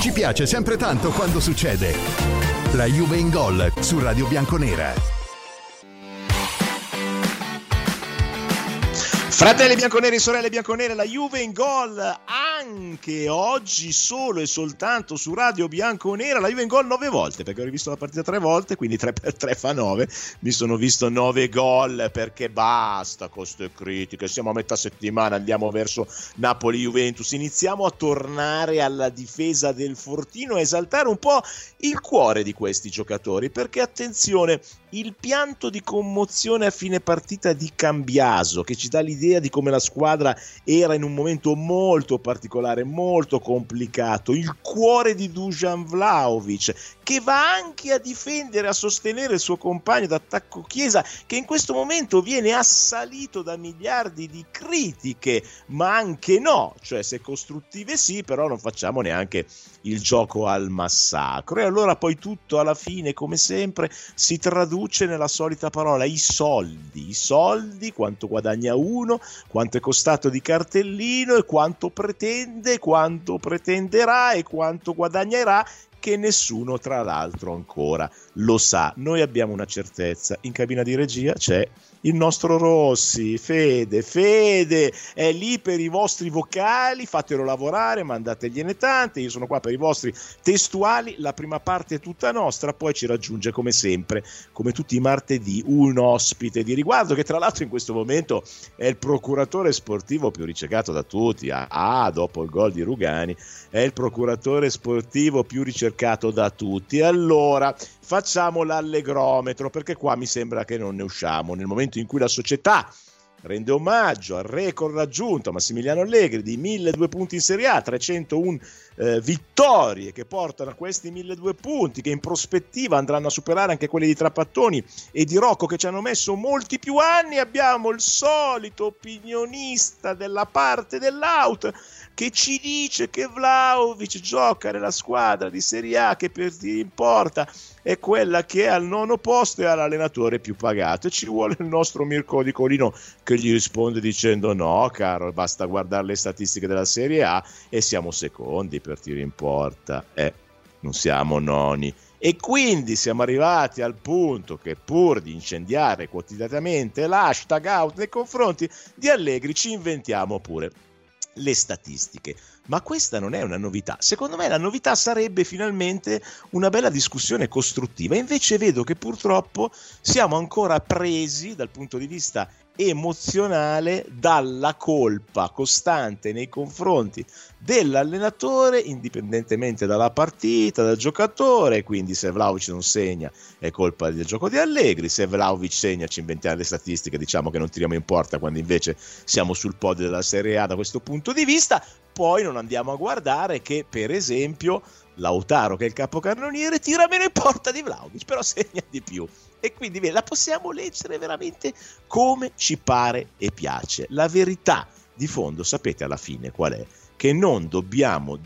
Ci piace sempre tanto quando succede. La Juve in gol su Radio Bianconera. Fratelli bianconeri, sorelle bianconere, la Juve in gol anche oggi solo e soltanto su Radio Bianconera. La Juve in gol 9 volte, perché ho rivisto la partita 3 volte, quindi 3 per 3 fa 9. Mi sono visto 9 gol, perché basta con queste critiche. Siamo a metà settimana, andiamo verso Napoli-Juventus. Iniziamo a tornare alla difesa del Fortino, a esaltare un po' il cuore di questi giocatori, perché attenzione, il pianto di commozione a fine partita di Cambiaso, che ci dà l'idea di come la squadra era in un momento molto particolare, molto complicato, il cuore di Dusan Vlahovic, che va anche a difendere, a sostenere il suo compagno d'attacco Chiesa, che in questo momento viene assalito da miliardi di critiche, ma anche no, cioè se costruttive sì, però non facciamo neanche il gioco al massacro. E allora poi tutto alla fine, come sempre, si traduce nella solita parola: i soldi, quanto guadagna uno, quanto è costato di cartellino e quanto pretende, quanto pretenderà e quanto guadagnerà, che nessuno tra l'altro ancora lo sa. Noi abbiamo una certezza: in cabina di regia c'è il nostro Rossi. Fede è lì per i vostri vocali, fatelo lavorare, mandategliene tante, io sono qua per i vostri testuali. La prima parte è tutta nostra, poi ci raggiunge come sempre, come tutti i martedì, un ospite di riguardo, che tra l'altro in questo momento è il procuratore sportivo più ricercato da tutti. Dopo il gol di Rugani è il procuratore sportivo più ricercato da tutti. Allora facciamo l'allegrometro, perché qua mi sembra che non ne usciamo. Nel momento in cui la società rende omaggio al record raggiunto a Massimiliano Allegri di 1.002 punti in Serie A, 301 vittorie, che portano a questi 1.002 punti, che in prospettiva andranno a superare anche quelli di Trapattoni e di Rocco, che ci hanno messo molti più anni. Abbiamo il solito opinionista della parte dell'out, che ci dice che Vlahovic gioca nella squadra di Serie A che per ti importa è quella che è al 9° posto e ha l'allenatore più pagato, e ci vuole il nostro Mirko Di Colino che gli risponde dicendo: no caro, basta guardare le statistiche della Serie A e siamo secondi per tiri in porta, non siamo noni. E quindi siamo arrivati al punto che, pur di incendiare quotidianamente l'hashtag out nei confronti di Allegri, ci inventiamo pure le statistiche. Ma questa non è una novità. Secondo me la novità sarebbe finalmente una bella discussione costruttiva. Invece vedo che purtroppo siamo ancora presi dal punto di vista emozionale dalla colpa costante nei confronti dell'allenatore, indipendentemente dalla partita, dal giocatore. Quindi se Vlahovic non segna è colpa del gioco di Allegri, se Vlahovic segna ci inventiamo le statistiche, diciamo che non tiriamo in porta, quando invece siamo sul podio della Serie A da questo punto di vista. Poi non andiamo a guardare che, per esempio, Lautaro, che è il capocannoniere, tira meno in porta di Vlahovic, però segna di più. E quindi la possiamo leggere veramente come ci pare e piace. La verità di fondo, sapete alla fine qual è? Che non dobbiamo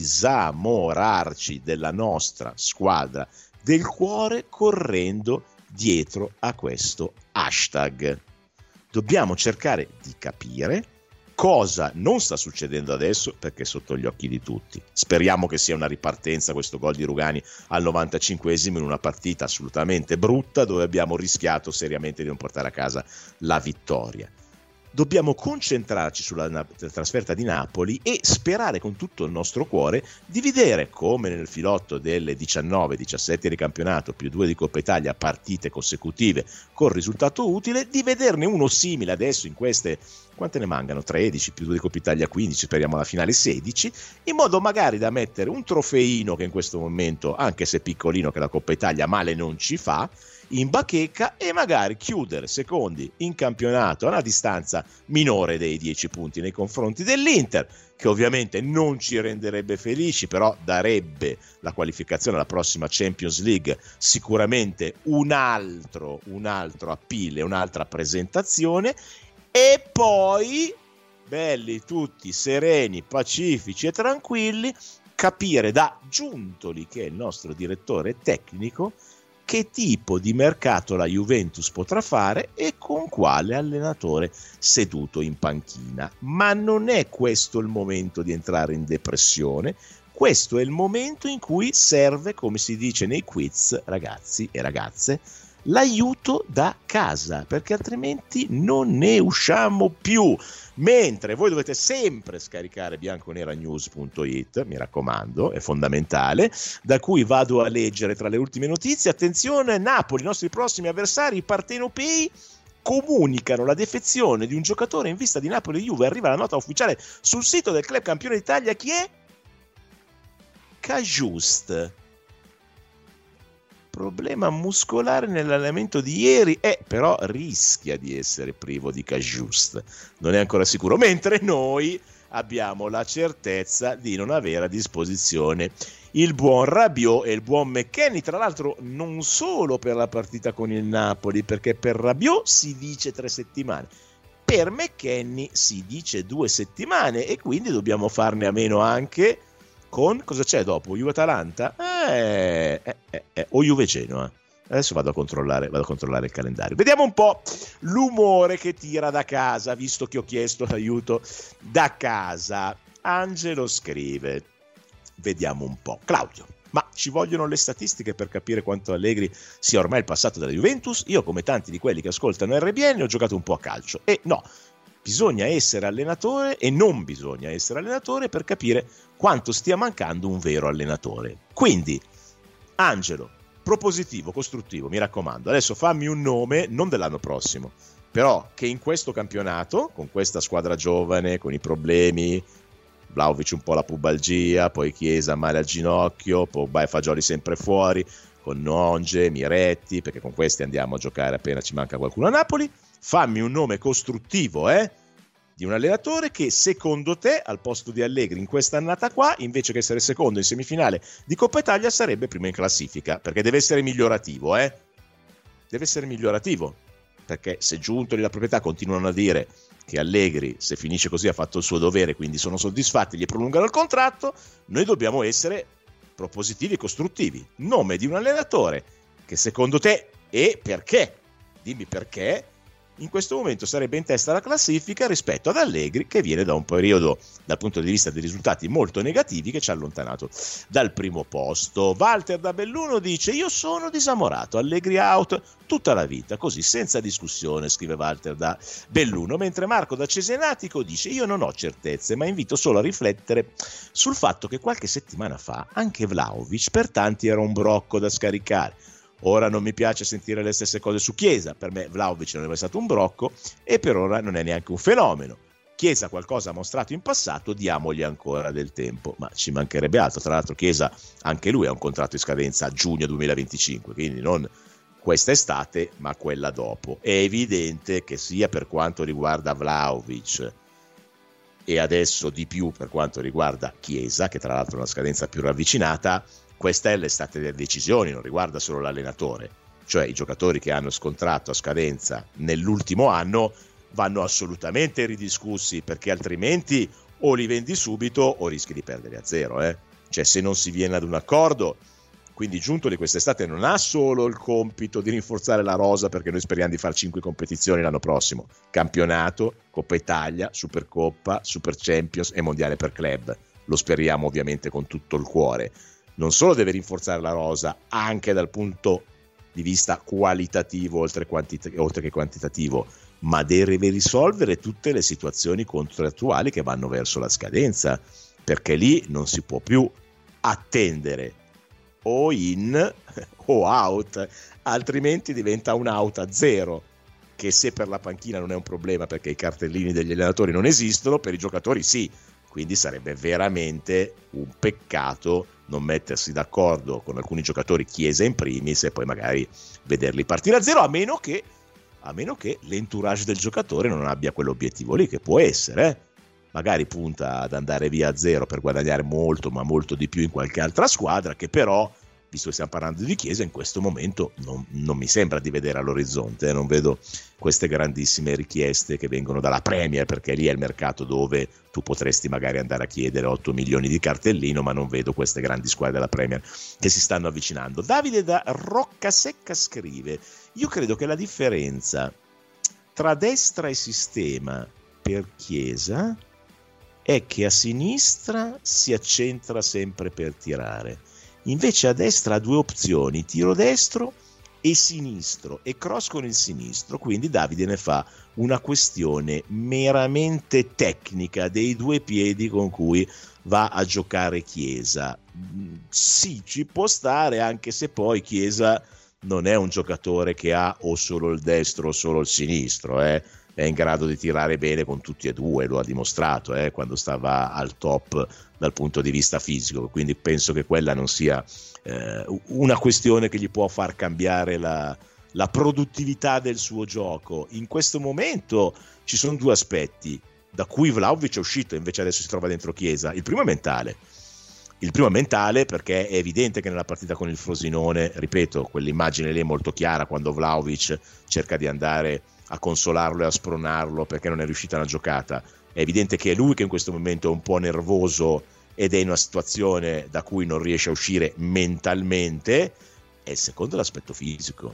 disamorarci della nostra squadra del cuore correndo dietro a questo hashtag. Dobbiamo cercare di capire cosa non sta succedendo adesso, perché è sotto gli occhi di tutti. Speriamo che sia una ripartenza questo gol di Rugani al 95esimo in una partita assolutamente brutta, dove abbiamo rischiato seriamente di non portare a casa la vittoria. Dobbiamo concentrarci sulla trasferta di Napoli e sperare con tutto il nostro cuore di vedere, come nel filotto delle 19-17 di campionato più 2 di Coppa Italia, partite consecutive con risultato utile, di vederne uno simile adesso in queste, quante ne mancano? 13 più 2 di Coppa Italia 15, speriamo alla finale 16, in modo magari da mettere un trofeino che in questo momento, anche se piccolino, che la Coppa Italia male non ci fa, in bacheca, e magari chiudere secondi in campionato a una distanza minore dei 10 punti nei confronti dell'Inter, che ovviamente non ci renderebbe felici, però darebbe la qualificazione alla prossima Champions League sicuramente un altro appeal, un'altra presentazione. E poi, belli tutti sereni, pacifici e tranquilli, capire da Giuntoli, che è il nostro direttore tecnico, che tipo di mercato la Juventus potrà fare e con quale allenatore seduto in panchina. Ma non è questo il momento di entrare in depressione. questo è il momento in cui serve, come si dice nei quiz, ragazzi e ragazze, l'aiuto da casa, perché altrimenti non ne usciamo più. Mentre voi dovete sempre scaricare bianconeranews.it, mi raccomando, è fondamentale, da cui vado a leggere tra le ultime notizie. Attenzione, Napoli, i nostri prossimi avversari, i partenopei, comunicano la defezione di un giocatore in vista di Napoli e Juve. Arriva la nota ufficiale sul sito del club campione d'Italia. Chi è? Cagiust. Problema muscolare nell'allenamento di ieri, però rischia di essere privo di Cagiust, non è ancora sicuro, mentre noi abbiamo la certezza di non avere a disposizione il buon Rabiot e il buon McKennie, tra l'altro non solo per la partita con il Napoli, perché per Rabiot si dice 3 settimane, per McKennie si dice 2 settimane, e quindi dobbiamo farne a meno anche con, cosa c'è dopo? Juve-Atalanta? O Juve-Genoa. Adesso vado a controllare il calendario. Vediamo un po' l'umore che tira da casa, visto che ho chiesto l'aiuto da casa. Angelo scrive, vediamo un po'. Claudio, ma ci vogliono le statistiche per capire quanto Allegri sia ormai il passato della Juventus? Io, come tanti di quelli che ascoltano RBN, ho giocato un po' a calcio. E no, bisogna essere allenatore e non bisogna essere allenatore per capire quanto stia mancando un vero allenatore. Quindi, Angelo, propositivo, costruttivo, mi raccomando. Adesso fammi un nome, non dell'anno prossimo, però che in questo campionato, con questa squadra giovane, con i problemi, Vlahovic un po' la pubalgia, poi Chiesa male al ginocchio, Pogba e Fagioli sempre fuori, con Nonge, Miretti, perché con questi andiamo a giocare appena ci manca qualcuno a Napoli. Fammi un nome costruttivo, di un allenatore che secondo te al posto di Allegri in questa annata qua, invece che essere secondo in semifinale di Coppa Italia, sarebbe primo in classifica, perché deve essere migliorativo, deve essere migliorativo, perché se Giuntoli e la proprietà continuano a dire che Allegri, se finisce così, ha fatto il suo dovere, quindi sono soddisfatti, gli prolungano il contratto, noi dobbiamo essere propositivi e costruttivi. Nome di un allenatore che secondo te, e perché, dimmi perché, in questo momento sarebbe in testa alla classifica rispetto ad Allegri, che viene da un periodo, dal punto di vista dei risultati, molto negativi, che ci ha allontanato dal primo posto. Walter da Belluno dice: io sono disamorato, Allegri out tutta la vita, così senza discussione, scrive Walter da Belluno, mentre Marco da Cesenatico dice: io non ho certezze, ma invito solo a riflettere sul fatto che qualche settimana fa anche Vlahovic per tanti era un brocco da scaricare. Ora non mi piace sentire le stesse cose su Chiesa, per me Vlahovic non è mai stato un brocco e per ora non è neanche un fenomeno. Chiesa qualcosa ha mostrato in passato, diamogli ancora del tempo, ma ci mancherebbe altro. Tra l'altro Chiesa, anche lui ha un contratto in scadenza a giugno 2025, quindi non quest'estate ma quella dopo. È evidente che sia per quanto riguarda Vlahovic e adesso di più per quanto riguarda Chiesa, che tra l'altro ha una scadenza più ravvicinata, questa è l'estate delle decisioni, non riguarda solo l'allenatore, cioè i giocatori che hanno scontrato a scadenza nell'ultimo anno vanno assolutamente ridiscussi, perché altrimenti o li vendi subito o rischi di perdere a zero, Cioè, se non si viene ad un accordo. Quindi Giuntoli quest'estate non ha solo il compito di rinforzare la rosa, perché noi speriamo di fare 5 competizioni l'anno prossimo: campionato, Coppa Italia, Supercoppa, Super Champions e Mondiale per club. Lo speriamo ovviamente con tutto il cuore. Non solo deve rinforzare la rosa, anche dal punto di vista qualitativo oltre che quantitativo, ma deve risolvere tutte le situazioni contrattuali che vanno verso la scadenza, perché lì non si può più attendere o in o out, altrimenti diventa un out a zero, che se per la panchina non è un problema perché i cartellini degli allenatori non esistono, per i giocatori sì. Quindi sarebbe veramente un peccato non mettersi d'accordo con alcuni giocatori, Chiesa in primis, e poi magari vederli partire a zero, a meno che l'entourage del giocatore non abbia quell'obiettivo lì, che può essere, magari punta ad andare via a zero per guadagnare molto, ma molto di più in qualche altra squadra, che però, visto che stiamo parlando di Chiesa, in questo momento non mi sembra di vedere all'orizzonte, non vedo queste grandissime richieste che vengono dalla Premier, perché lì è il mercato dove tu potresti magari andare a chiedere 8 milioni di cartellino, ma non vedo queste grandi squadre della Premier che si stanno avvicinando. Davide da Roccasecca scrive: io credo che la differenza tra destra e sistema per Chiesa è che a sinistra si accentra sempre per tirare, invece a destra ha due opzioni, tiro destro e sinistro, e cross con il sinistro, quindi Davide ne fa una questione meramente tecnica dei due piedi con cui va a giocare Chiesa. Sì, ci può stare, anche se poi Chiesa non è un giocatore che ha o solo il destro o solo il sinistro, è in grado di tirare bene con tutti e due, lo ha dimostrato quando stava al top dal punto di vista fisico, quindi penso che quella non sia una questione che gli può far cambiare la produttività del suo gioco. In questo momento ci sono due aspetti da cui Vlahovic è uscito, invece adesso si trova dentro Chiesa. Il primo è mentale perché è evidente che nella partita con il Frosinone, ripeto, quell'immagine lì è molto chiara quando Vlahovic cerca di andare a consolarlo e a spronarlo perché non è riuscita una giocata. È evidente che è lui che in questo momento è un po' nervoso ed è in una situazione da cui non riesce a uscire mentalmente. E il secondo è l'aspetto fisico.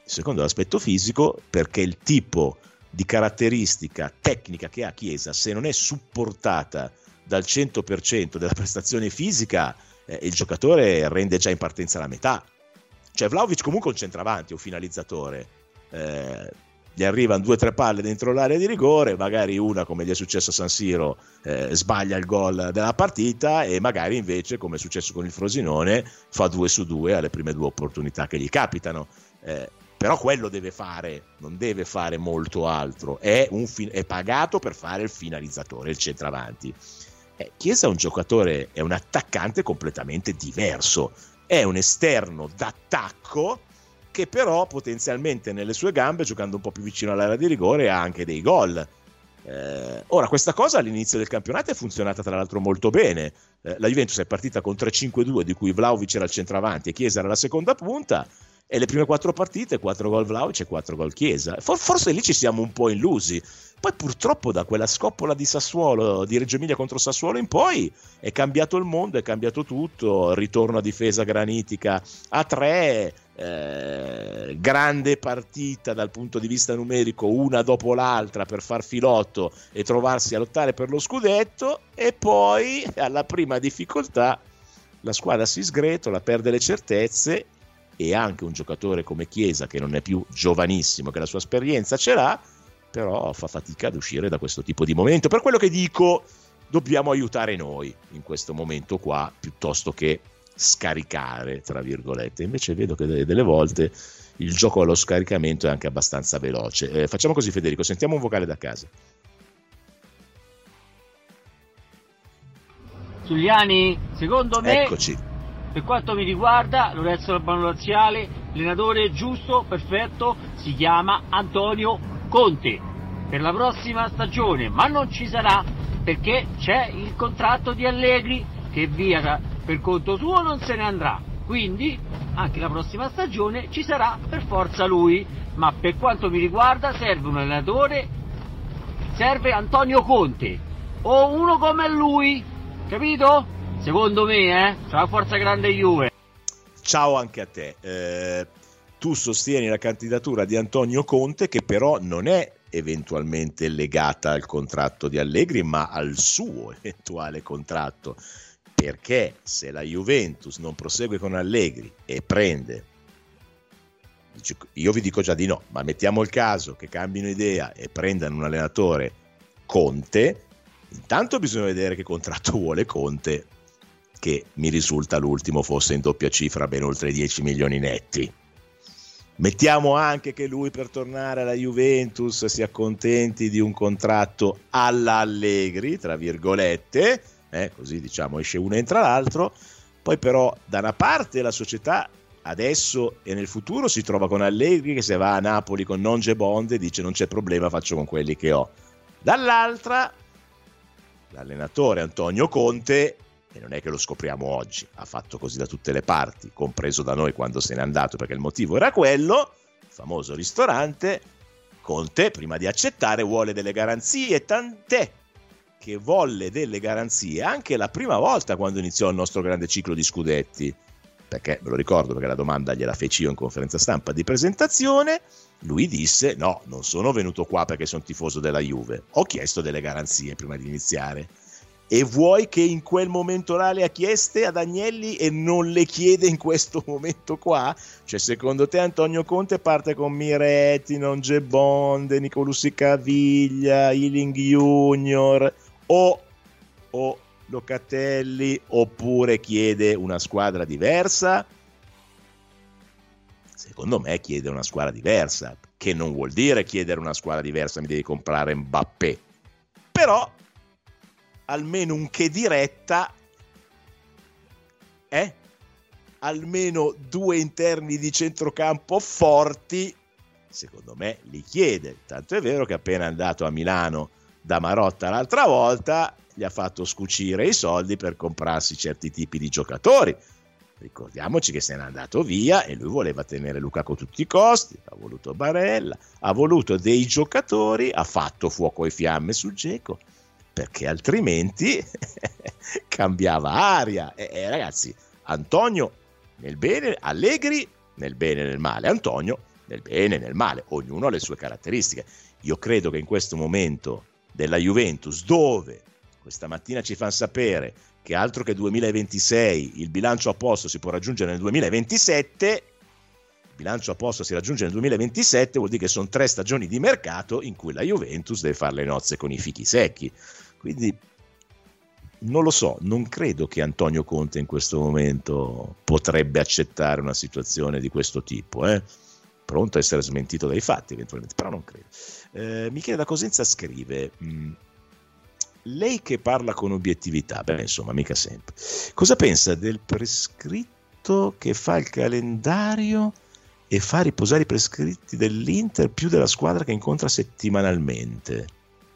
Perché il tipo di caratteristica tecnica che ha Chiesa, se non è supportata dal 100% della prestazione fisica, il giocatore rende già in partenza la metà. Cioè Vlahovic comunque è un centravanti, un finalizzatore, gli arrivano 2 o 3 palle dentro l'area di rigore, magari una, come gli è successo a San Siro, sbaglia il gol della partita, e magari invece, come è successo con il Frosinone, fa 2 su 2 alle prime 2 opportunità che gli capitano. Però quello deve fare, non deve fare molto altro, è pagato per fare il finalizzatore, il centravanti. Chiesa è un giocatore, è un attaccante completamente diverso, è un esterno d'attacco che però potenzialmente nelle sue gambe, giocando un po' più vicino all'area di rigore, ha anche dei gol. Ora, questa cosa all'inizio del campionato è funzionata tra l'altro molto bene. La Juventus è partita con 3-5-2, di cui Vlahovic era il centravanti e Chiesa era la seconda punta, e le prime 4 partite 4 gol Vlahovic e 4 gol Chiesa. Forse lì ci siamo un po' illusi. Poi purtroppo da quella scoppola di Sassuolo, di Reggio Emilia contro Sassuolo in poi, è cambiato il mondo, è cambiato tutto. Ritorno a difesa granitica a 3, grande partita dal punto di vista numerico, una dopo l'altra per far filotto e trovarsi a lottare per lo scudetto, e poi alla prima difficoltà la squadra si sgretola, perde le certezze, e anche un giocatore come Chiesa, che non è più giovanissimo, che la sua esperienza ce l'ha, però fa fatica ad uscire da questo tipo di momento. Per quello che dico, dobbiamo aiutare noi in questo momento qua, piuttosto che scaricare, tra virgolette. Invece vedo che delle volte il gioco allo scaricamento è anche abbastanza veloce. Facciamo così, Federico, sentiamo un vocale da casa. Giuliani, secondo me, eccoci. Per quanto mi riguarda, Lorenzo Albano Laziale, allenatore giusto, perfetto, si chiama Antonio Conte per la prossima stagione, ma non ci sarà perché c'è il contratto di Allegri che via per conto suo non se ne andrà, quindi anche la prossima stagione ci sarà per forza lui, ma per quanto mi riguarda serve un allenatore, serve Antonio Conte o uno come lui, capito? Secondo me, c'è la forza grande Juve. Ciao anche a te. Tu sostieni la candidatura di Antonio Conte, che però non è eventualmente legata al contratto di Allegri, ma al suo eventuale contratto, perché se la Juventus non prosegue con Allegri e prende, io vi dico già di no, ma mettiamo il caso che cambino idea e prendano un allenatore Conte, intanto bisogna vedere che contratto vuole Conte, che mi risulta l'ultimo fosse in doppia cifra, ben oltre 10 milioni netti. Mettiamo anche che lui, per tornare alla Juventus, si accontenti di un contratto alla Allegri, tra virgolette, così diciamo esce uno e entra l'altro. Poi però da una parte la società adesso e nel futuro si trova con Allegri che se va a Napoli con Nonge Bond dice non c'è problema, faccio con quelli che ho. Dall'altra l'allenatore Antonio Conte, e non è che lo scopriamo oggi, ha fatto così da tutte le parti, compreso da noi quando se n'è andato, perché il motivo era quello, il famoso ristorante. Conte, prima di accettare, vuole delle garanzie, tant'è che volle delle garanzie anche la prima volta quando iniziò il nostro grande ciclo di scudetti, perché me lo ricordo perché la domanda gliela feci io in conferenza stampa di presentazione. Lui disse: no, non sono venuto qua perché sono tifoso della Juve, ho chiesto delle garanzie prima di iniziare. E vuoi che in quel momento là le ha chieste ad Agnelli e non le chiede in questo momento qua? Cioè, secondo te Antonio Conte parte con Miretti, non Bonde, Nicolussi Caviglia, Ealing Junior o Locatelli, oppure chiede una squadra diversa? Secondo me chiede una squadra diversa, che non vuol dire chiedere una squadra diversa mi devi comprare Mbappé, però almeno un che diretta, almeno due interni di centrocampo forti, secondo me li chiede. Tanto è vero che appena è andato a Milano da Marotta l'altra volta gli ha fatto scucire i soldi per comprarsi certi tipi di giocatori. Ricordiamoci che se n'è andato via e lui voleva tenere Lukaku a tutti i costi, ha voluto Barella, ha voluto dei giocatori, ha fatto fuoco e fiamme su Dzeko, perché altrimenti cambiava aria. Ragazzi, Antonio nel bene, Allegri nel bene e nel male, Antonio nel bene e nel male, ognuno ha le sue caratteristiche. Io credo che in questo momento della Juventus, dove questa mattina ci fanno sapere che altro che 2026 il bilancio a posto si può raggiungere nel 2027, il bilancio a posto si raggiunge nel 2027, vuol dire che sono 3 stagioni di mercato in cui la Juventus deve fare le nozze con i fichi secchi. Quindi non lo so, non credo che Antonio Conte in questo momento potrebbe accettare una situazione di questo tipo, pronto a essere smentito dai fatti eventualmente, però non credo. Michele da Cosenza scrive: lei che parla con obiettività, insomma mica sempre, cosa pensa del prescritto che fa il calendario e fa riposare i prescritti dell'Inter più della squadra che incontra settimanalmente?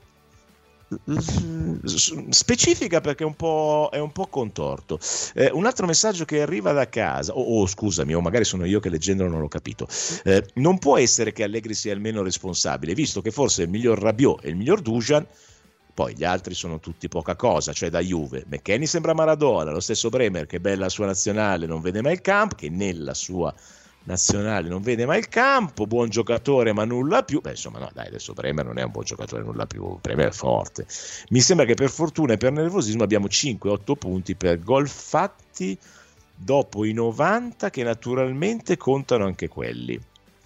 Specifica, perché è un po' contorto. Un altro messaggio che arriva da casa, scusami, o magari sono io che leggendolo non l'ho capito. Non può essere che Allegri sia il meno responsabile, visto che forse il miglior Rabiot e il miglior Dusan, poi gli altri sono tutti poca cosa, cioè da Juve. McKennie sembra Maradona, lo stesso Bremer, che bella la sua nazionale, non vede mai il campo, che nella sua nazionale non vede mai il campo, buon giocatore ma nulla più. Insomma no, dai, adesso Bremer non è un buon giocatore, nulla più, Bremer è forte. Mi sembra che per fortuna e per nervosismo abbiamo 5-8 punti per gol fatti dopo i 90, che naturalmente contano anche quelli.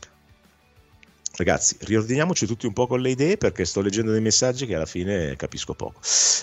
Ragazzi, riordiniamoci tutti un po' con le idee, perché sto leggendo dei messaggi che alla fine capisco poco.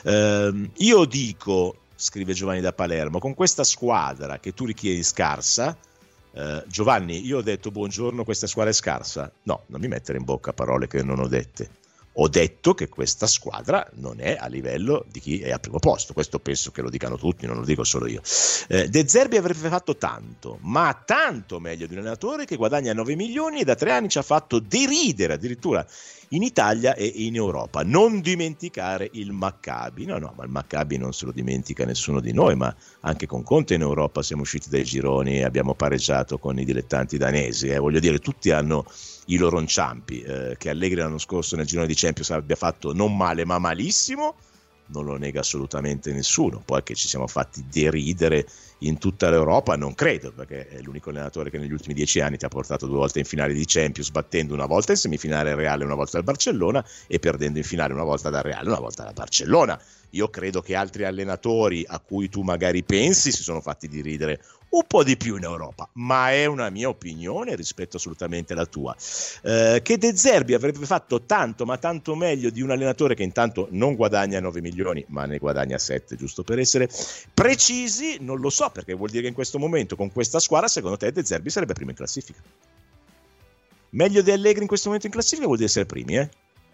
Io dico, scrive Giovanni da Palermo, con questa squadra che tu richiedi scarsa, Giovanni, io ho detto buongiorno, questa squadra è scarsa? No, non mi mettere in bocca parole che non ho dette. Ho detto che questa squadra non è a livello di chi è al primo posto, questo penso che lo dicano tutti, non lo dico solo io. De Zerbi avrebbe fatto tanto, ma tanto meglio di un allenatore che guadagna 9 milioni e da 3 anni ci ha fatto deridere addirittura in Italia e in Europa. Non dimenticare il Maccabi. No, ma il Maccabi non se lo dimentica nessuno di noi, ma anche con Conte in Europa siamo usciti dai gironi e abbiamo pareggiato con i dilettanti danesi. Voglio dire, tutti hanno i loro inciampi. Che Allegri l'anno scorso nel girone di Champions abbia fatto non male ma malissimo, non lo nega assolutamente nessuno. Poi che ci siamo fatti deridere in tutta l'Europa non credo, perché è l'unico allenatore che negli ultimi 10 anni ti ha portato 2 volte in finale di Champions, battendo una volta in semifinale il Real e una volta il Barcellona, e perdendo in finale una volta dal Real e una volta dal Barcellona. Io credo che altri allenatori a cui tu magari pensi si sono fatti deridere un po' di più in Europa, ma è una mia opinione, rispetto assolutamente la tua. Che De Zerbi avrebbe fatto tanto ma tanto meglio di un allenatore che intanto non guadagna 9 milioni ma ne guadagna 7, giusto per essere precisi, non lo so, perché vuol dire che in questo momento con questa squadra secondo te De Zerbi sarebbe primo in classifica. Meglio di Allegri in questo momento in classifica vuol dire essere primi,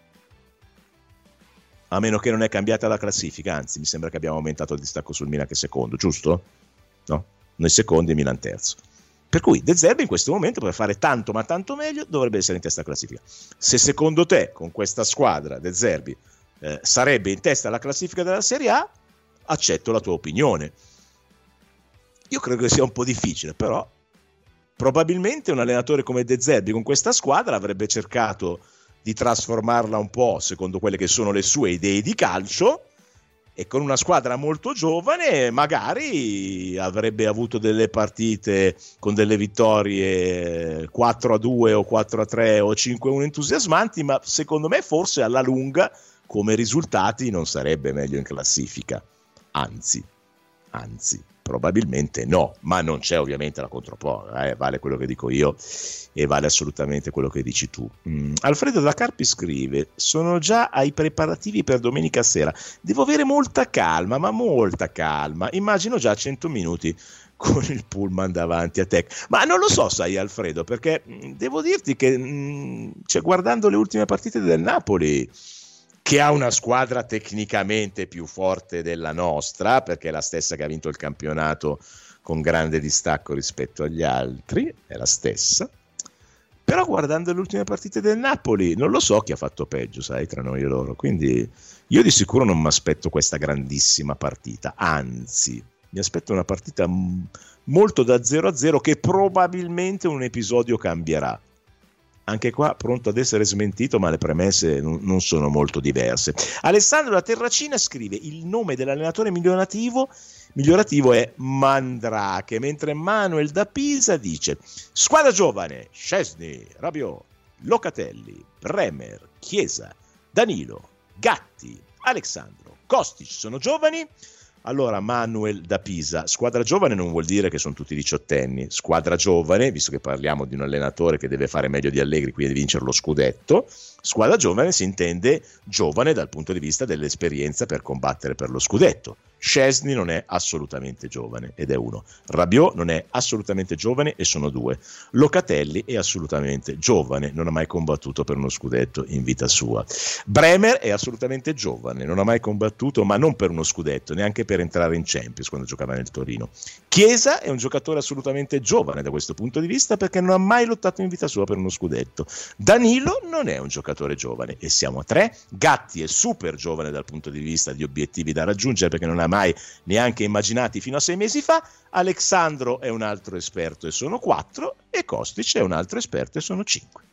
a meno che non è cambiata la classifica, anzi mi sembra che abbiamo aumentato il distacco sul Milan che è secondo, giusto? No? Noi secondi e Milan terzo. Per cui De Zerbi in questo momento, per fare tanto ma tanto meglio, dovrebbe essere in testa alla classifica. Se secondo te con questa squadra De Zerbi sarebbe in testa alla classifica della Serie A, accetto la tua opinione. Io credo che sia un po' difficile, però probabilmente un allenatore come De Zerbi con questa squadra avrebbe cercato di trasformarla un po' secondo quelle che sono le sue idee di calcio, e con una squadra molto giovane magari avrebbe avuto delle partite con delle vittorie 4-2 o 4-3 o 5-1 entusiasmanti, ma secondo me forse alla lunga come risultati non sarebbe meglio in classifica. Anzi, probabilmente no, ma non c'è ovviamente la controprova, vale quello che dico io e vale assolutamente quello che dici tu. Alfredo da Carpi scrive: sono già ai preparativi per domenica sera, devo avere molta calma, ma molta calma, immagino già 100 minuti con il pullman davanti a te. Ma non lo so, sai Alfredo, perché devo dirti che guardando le ultime partite del Napoli, che ha una squadra tecnicamente più forte della nostra, perché è la stessa che ha vinto il campionato con grande distacco rispetto agli altri, è la stessa, però guardando le ultime partite del Napoli non lo so chi ha fatto peggio, sai, tra noi e loro, quindi io di sicuro non mi aspetto questa grandissima partita, anzi mi aspetto una partita molto da 0-0 che probabilmente un episodio cambierà. Anche qua pronto ad essere smentito, ma le premesse non sono molto diverse. Alessandro da Terracina scrive: il nome dell'allenatore migliorativo è Mandrake, mentre Manuel da Pisa dice: squadra giovane, Szczesny, Rabiot, Locatelli, Bremer, Chiesa, Danilo, Gatti, Alexandro, Kostic sono giovani. Allora, Manuel da Pisa, squadra giovane non vuol dire che sono tutti diciottenni. Squadra giovane, visto che parliamo di un allenatore che deve fare meglio di Allegri, quindi vincere lo scudetto, squadra giovane si intende giovane dal punto di vista dell'esperienza per combattere per lo scudetto. Szczesny non è assolutamente giovane ed è uno. Rabiot non è assolutamente giovane e sono due. Locatelli è assolutamente giovane, non ha mai combattuto per uno scudetto in vita sua. Bremer è assolutamente giovane, non ha mai combattuto, ma non per uno scudetto, neanche per entrare in Champions quando giocava nel Torino. Chiesa è un giocatore assolutamente giovane da questo punto di vista perché non ha mai lottato in vita sua per uno scudetto. Danilo non è un giocatore giovane e siamo a 3. Gatti è super giovane dal punto di vista di obiettivi da raggiungere perché non ha mai neanche immaginati fino a 6 mesi fa. Alexandro è un altro esperto e sono 4 e Kostic è un altro esperto e sono 5.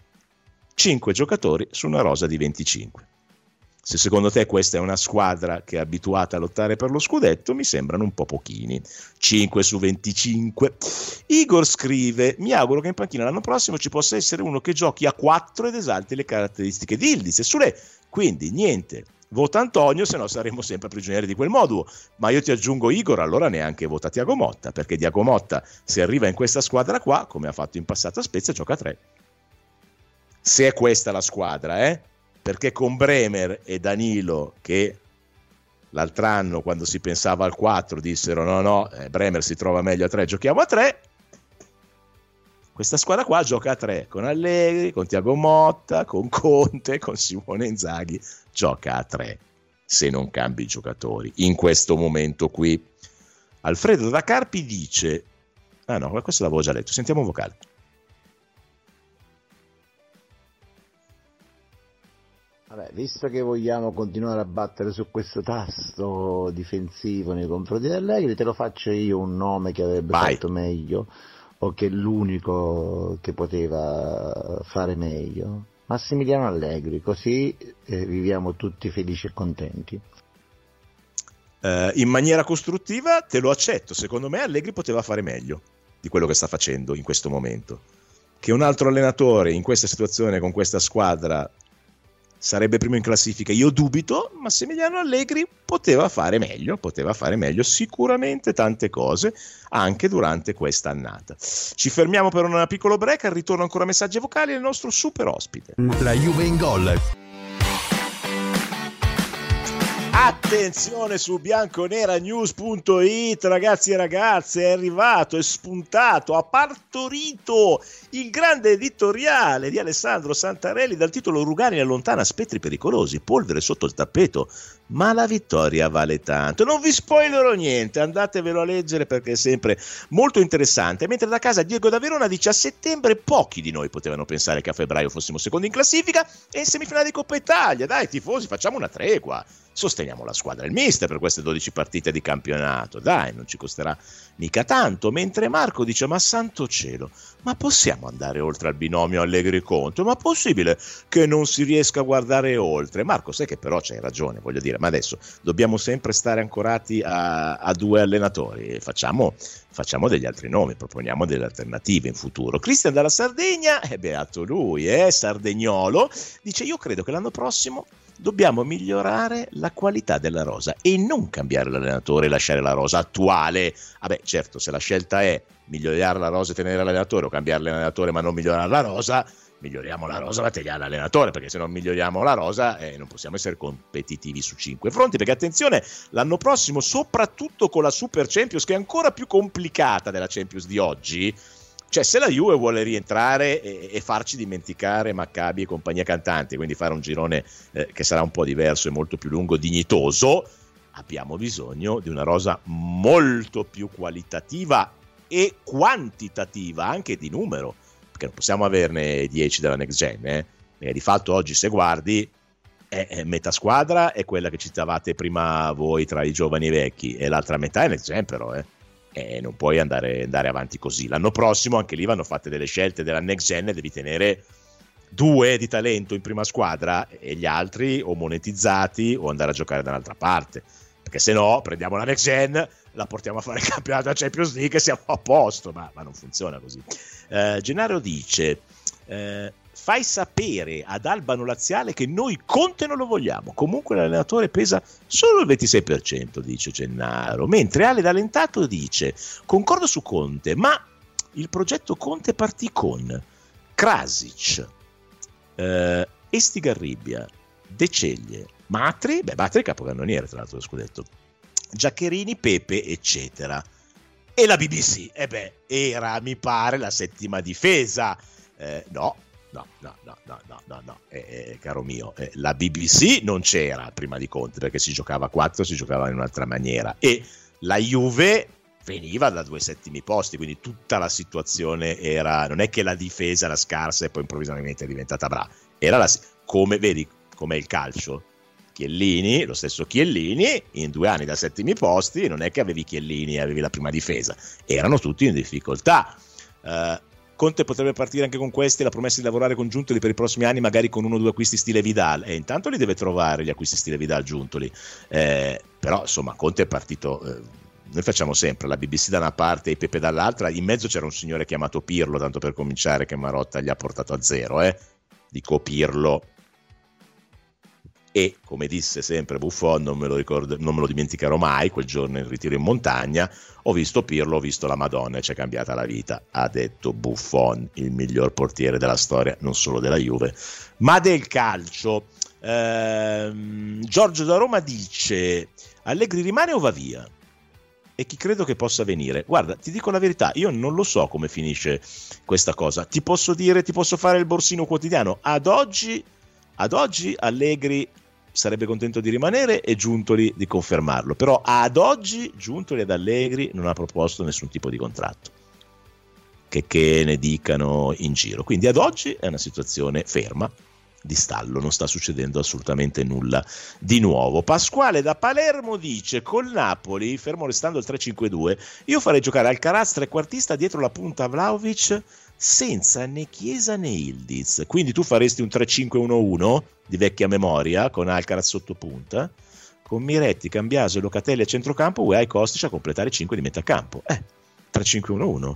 5 giocatori su una rosa di 25. Se secondo te questa è una squadra che è abituata a lottare per lo scudetto, mi sembrano un po' pochini. 5 su 25. Igor scrive: mi auguro che in panchina l'anno prossimo ci possa essere uno che giochi a 4 ed esalti le caratteristiche di Yildiz e Sule. Quindi niente, vota Antonio, se no saremo sempre prigionieri di quel modulo. Ma io ti aggiungo, Igor, allora neanche vota Thiago Motta, perché Thiago Motta, se arriva in questa squadra qua, come ha fatto in passato a Spezia, gioca a 3. Se è questa la squadra, perché con Bremer e Danilo, che l'altro anno quando si pensava al 4 dissero no, Bremer si trova meglio a 3, giochiamo a 3, questa squadra qua gioca a 3 con Allegri, con Thiago Motta, con Conte, con Simone Inzaghi, gioca a 3 se non cambi i giocatori in questo momento qui. Alfredo da Carpi dice: ah no, questo l'avevo già letto, sentiamo un vocale. Vabbè, visto che vogliamo continuare a battere su questo tasto difensivo nei confronti di Allegri, te lo faccio io un nome che avrebbe fatto meglio, o che è l'unico che poteva fare meglio: Massimiliano Allegri, così viviamo tutti felici e contenti. In maniera costruttiva te lo accetto, secondo me Allegri poteva fare meglio di quello che sta facendo in questo momento. Che un altro allenatore in questa situazione con questa squadra sarebbe primo in classifica, io dubito. Massimiliano Allegri poteva fare meglio sicuramente tante cose anche durante questa annata. Ci fermiamo per un piccolo break, al ritorno ancora messaggi vocali del nostro super ospite. La Juve in gol. Attenzione su bianconeranews.it, ragazzi e ragazze, è arrivato, è spuntato, ha partorito il grande editoriale di Alessandro Santarelli dal titolo: Rugani allontana spettri pericolosi, polvere sotto il tappeto, ma la vittoria vale tanto. Non vi spoilerò niente, andatevelo a leggere perché è sempre molto interessante. Mentre da casa Diego da Verona dice: a settembre pochi di noi potevano pensare che a febbraio fossimo secondi in classifica e in semifinale di Coppa Italia. Dai tifosi, facciamo una tregua, sosteniamo la squadra del mister per queste 12 partite di campionato, dai, non ci costerà mica tanto. Mentre Marco dice: ma santo cielo, ma possiamo andare oltre al binomio Allegri-Conte? Ma possibile che non si riesca a guardare oltre? Marco, sai che però c'hai ragione, voglio dire, ma adesso dobbiamo sempre stare ancorati a due allenatori, facciamo degli altri nomi, proponiamo delle alternative in futuro. Cristian dalla Sardegna, beato lui, sardegnolo, dice: io credo che l'anno prossimo dobbiamo migliorare la qualità della rosa e non cambiare l'allenatore e lasciare la rosa attuale. Vabbè, certo, se la scelta è migliorare la rosa e tenere l'allenatore o cambiare l'allenatore ma non migliorare la rosa, miglioriamo la rosa ma teniamo l'allenatore, perché se non miglioriamo la rosa non possiamo essere competitivi su 5 fronti, perché attenzione, l'anno prossimo, soprattutto con la Super Champions, che è ancora più complicata della Champions di oggi, cioè se la Juve vuole rientrare e farci dimenticare Maccabi e compagnia cantante, quindi fare un girone che sarà un po' diverso e molto più lungo, dignitoso, abbiamo bisogno di una rosa molto più qualitativa e quantitativa, anche di numero, perché non possiamo averne 10 della next gen, perché di fatto oggi, se guardi, metà squadra è quella che citavate prima voi tra i giovani e i vecchi, e l'altra metà è next gen, però non puoi andare avanti così. L'anno prossimo anche lì vanno fatte delle scelte della next gen, devi tenere 2 di talento in prima squadra e gli altri o monetizzati o andare a giocare da un'altra parte, perché se no prendiamo la next gen, la portiamo a fare il campionato della Champions League e siamo a posto, ma non funziona così. Gennaro dice fai sapere ad Albano Laziale che noi Conte non lo vogliamo, comunque l'allenatore pesa solo il 26%, dice Gennaro, mentre Ale D'Alentato dice concordo su Conte, ma il progetto Conte partì con Krasic, Estigarribia, De Ceglie, Matri è capocannoniere tra l'altro lo scudetto, Giaccherini, Pepe, eccetera, e la BBC era, mi pare, la settima difesa. No, caro mio, la BBC non c'era prima di Conte, perché si giocava a 4, si giocava in un'altra maniera, e la Juve veniva da 2 settimi posti, quindi tutta la situazione era, non è che la difesa era scarsa e poi improvvisamente è diventata brava, era come vedi, come il calcio, Chiellini, lo stesso Chiellini, in 2 anni da settimi posti, non è che avevi Chiellini e avevi la prima difesa, erano tutti in difficoltà. Conte potrebbe partire anche con questi, la promessa di lavorare con Giuntoli per i prossimi anni, magari con 1 o 2 acquisti stile Vidal, e intanto li deve trovare gli acquisti stile Vidal Giuntoli, però insomma Conte è partito, noi facciamo sempre la BBC da una parte e i Pepe dall'altra, in mezzo c'era un signore chiamato Pirlo, tanto per cominciare, che Marotta gli ha portato a 0, dico Pirlo. E come disse sempre Buffon, non me lo dimenticherò mai, quel giorno in ritiro in montagna, ho visto Pirlo, ho visto la Madonna e ci è cambiata la vita, ha detto Buffon, il miglior portiere della storia, non solo della Juve ma del calcio. Giorgio da Roma dice Allegri rimane o va via? E chi credo che possa venire? Guarda, ti dico la verità, io non lo so come finisce questa cosa, ti posso fare il borsino quotidiano, ad oggi Allegri sarebbe contento di rimanere e Giuntoli di confermarlo, però ad oggi Giuntoli ed Allegri non ha proposto nessun tipo di contratto che ne dicano in giro, quindi ad oggi è una situazione ferma, di stallo, non sta succedendo assolutamente nulla di nuovo. Pasquale da Palermo dice col Napoli, fermo restando il 3-5-2, io farei giocare Alcaraz trequartista dietro la punta Vlahovic senza né Chiesa né Ildiz, quindi tu faresti un 3-5-1-1 di vecchia memoria con Alcaraz sotto punta, con Miretti, Cambiaso e Locatelli a centrocampo, Weah e Kostic a completare 5 di metà campo. 3-5-1-1.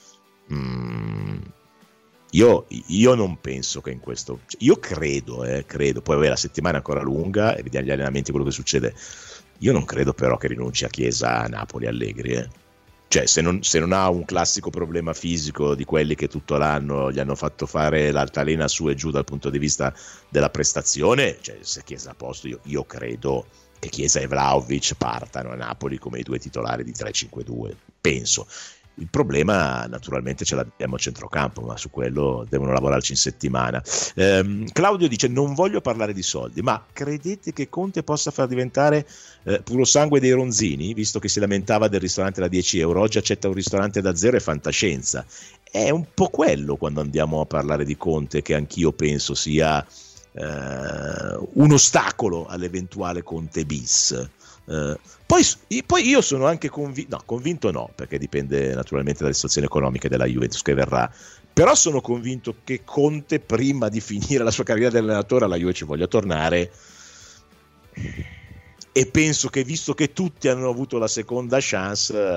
Io non penso che in questo, io credo, poi la settimana è ancora lunga e vediamo gli allenamenti, quello che succede. Io non credo però che rinunci a Chiesa, a Napoli, Allegri, Cioè se non ha un classico problema fisico di quelli che tutto l'anno gli hanno fatto fare l'altalena su e giù dal punto di vista della prestazione, cioè se Chiesa a posto, io credo che Chiesa e Vlahovic partano a Napoli come i 2 titolari di 3-5-2, penso. Il problema naturalmente ce l'abbiamo a centrocampo, ma su quello devono lavorarci in settimana. Claudio dice non voglio parlare di soldi, ma credete che Conte possa far diventare puro sangue dei ronzini, visto che si lamentava del ristorante da 10 euro, oggi accetta un ristorante da 0 e fantascienza? È un po' quello quando andiamo a parlare di Conte, che anch'io penso sia un ostacolo all'eventuale Conte bis. Poi io sono anche convinto no, perché dipende naturalmente dalla situazione economica della Juventus che verrà, però sono convinto che Conte prima di finire la sua carriera di allenatore alla Juve ci voglia tornare, e penso che visto che tutti hanno avuto la seconda chance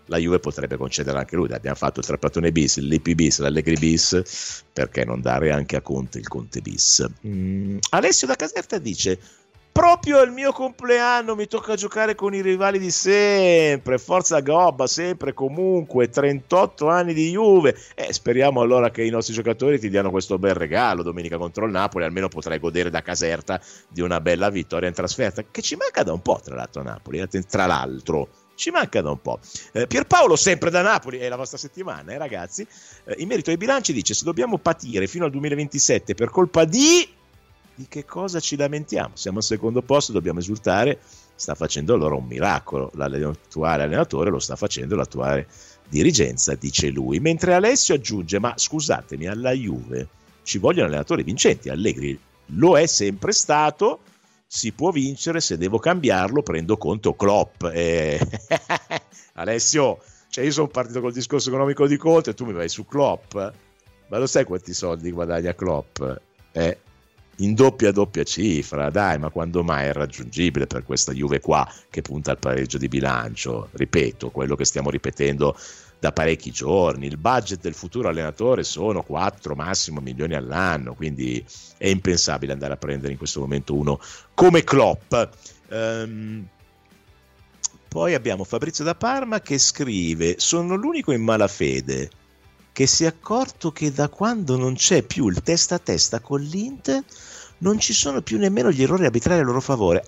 la Juve potrebbe concedere anche lui. Abbiamo fatto il Trapattone bis, il Lippi bis, l'Allegri bis, perché non dare anche a Conte il Conte bis? Alessio da Caserta dice: proprio al mio compleanno mi tocca giocare con i rivali di sempre, forza Gobba, sempre comunque, 38 anni di Juve, speriamo allora che i nostri giocatori ti diano questo bel regalo domenica contro il Napoli, almeno potrai godere da Caserta di una bella vittoria in trasferta, che ci manca da un po', tra l'altro, a Napoli, ci manca da un po'. Pierpaolo, sempre da Napoli, è la vostra settimana, ragazzi. In merito ai bilanci dice: se dobbiamo patire fino al 2027 per colpa di che cosa ci lamentiamo? Siamo al secondo posto, dobbiamo esultare. Sta facendo allora un miracolo l'attuale allenatore, lo sta facendo l'attuale dirigenza, dice lui. Mentre Alessio aggiunge: ma scusatemi, alla Juve ci vogliono allenatori vincenti. Allegri lo è sempre stato, si può vincere, se devo cambiarlo prendo Conte o Klopp. Alessio, io sono partito col discorso economico di Conte e tu mi vai su Klopp, ma lo sai quanti soldi guadagna Klopp? In doppia cifra, dai, ma quando mai è raggiungibile per questa Juve qua che punta al pareggio di bilancio? Ripeto, quello che stiamo ripetendo da parecchi giorni, il budget del futuro allenatore sono 4 massimo milioni all'anno, quindi è impensabile andare a prendere in questo momento uno come Klopp. Poi abbiamo Fabrizio da Parma che scrive: sono l'unico in malafede che si è accorto che da quando non c'è più il testa a testa con l'Inter non ci sono più nemmeno gli errori arbitrari a loro favore.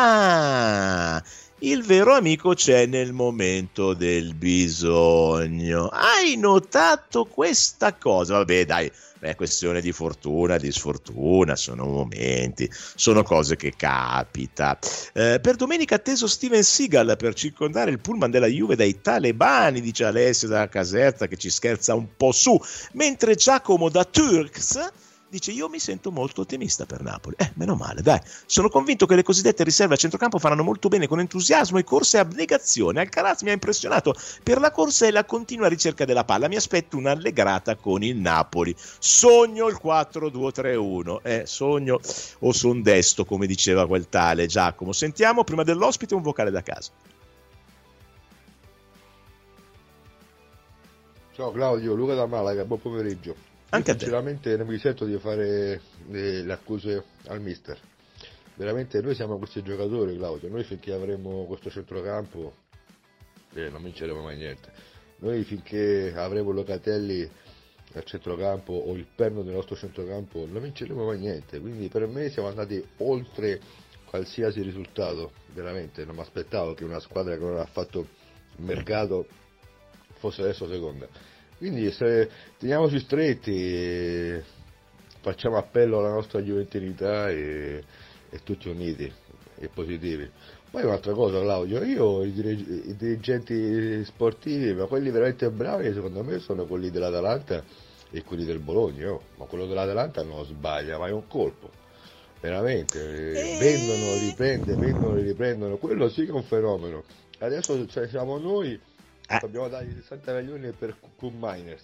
Il vero amico c'è nel momento del bisogno. Hai notato questa cosa? Vabbè, dai, è questione di fortuna, di sfortuna, sono momenti, sono cose che capita. Per domenica atteso Steven Seagal per circondare il pullman della Juve dai talebani, dice Alessio da Caserta, che ci scherza un po' su, mentre Giacomo da Turks dice: io mi sento molto ottimista per Napoli. Meno male, dai. Sono convinto che le cosiddette riserve a centrocampo faranno molto bene con entusiasmo e corsa e abnegazione. Alcaraz mi ha impressionato per la corsa e la continua ricerca della palla. Mi aspetto un'allegrata con il Napoli. Sogno il 4-2-3-1. Sogno o son desto, come diceva quel tale Giacomo. Sentiamo prima dell'ospite un vocale da casa. Ciao Claudio, Luca da Malaga, buon pomeriggio. Sinceramente non mi sento di fare le accuse al mister. Veramente noi siamo questi giocatori, Claudio. Noi finché avremo questo centrocampo non vinceremo mai niente. Noi finché avremo Locatelli al centrocampo o il perno del nostro centrocampo non vinceremo mai niente. Quindi per me siamo andati oltre qualsiasi risultato. Veramente non mi aspettavo che una squadra che non ha fatto mercato fosse adesso seconda. Quindi se teniamoci stretti, facciamo appello alla nostra giuvenilità e tutti uniti e positivi. Poi un'altra cosa, Claudio, io i dirigenti sportivi, ma quelli veramente bravi secondo me sono quelli dell'Atalanta e quelli del Bologna, ma quello dell'Atalanta non sbaglia mai un colpo, veramente, vendono, riprendono, quello sì che è un fenomeno. Adesso siamo noi. Dobbiamo dare 60 milioni per Q-Miners.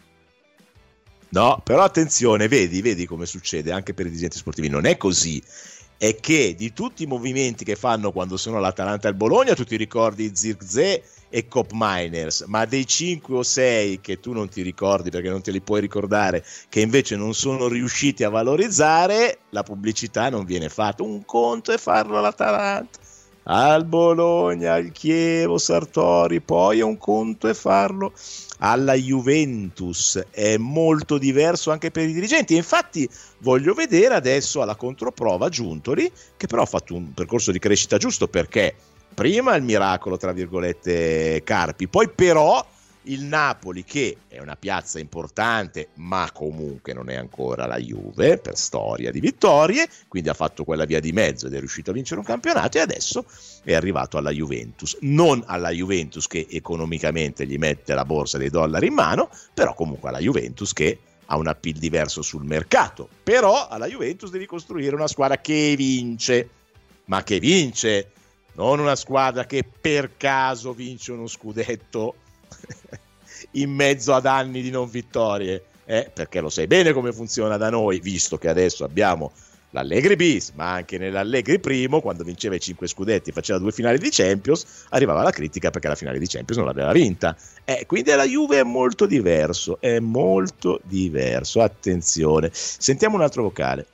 No, però attenzione, vedi come succede anche per i dirigenti sportivi. Non è così. È che di tutti i movimenti che fanno quando sono all'Atalanta e al Bologna, tu ti ricordi Zirkzee e Koopmeiners, ma dei 5 o 6 che tu non ti ricordi perché non te li puoi ricordare, che invece non sono riusciti a valorizzare, la pubblicità non viene fatta. Un conto è farlo all'Atalanta, al Bologna, al Chievo, Sartori, poi è un conto è farlo alla Juventus. È molto diverso anche per i dirigenti, e infatti voglio vedere adesso alla controprova Giuntoli, che però ha fatto un percorso di crescita giusto, perché prima il miracolo tra virgolette Carpi, poi però il Napoli, che è una piazza importante ma comunque non è ancora la Juve per storia di vittorie, quindi ha fatto quella via di mezzo ed è riuscito a vincere un campionato, e adesso è arrivato alla Juventus, non alla Juventus che economicamente gli mette la borsa dei dollari in mano, però comunque alla Juventus che ha un appeal diverso sul mercato. Però alla Juventus devi costruire una squadra che vince, ma che vince, non una squadra che per caso vince uno scudetto in mezzo ad anni di non vittorie, perché lo sai bene come funziona da noi, visto che adesso abbiamo l'Allegri bis, ma anche nell'Allegri primo, quando vinceva i 5 scudetti e faceva 2 finali di Champions, arrivava la critica perché la finale di Champions non l'aveva vinta. Quindi la Juve è molto diverso, attenzione. Sentiamo un altro vocale.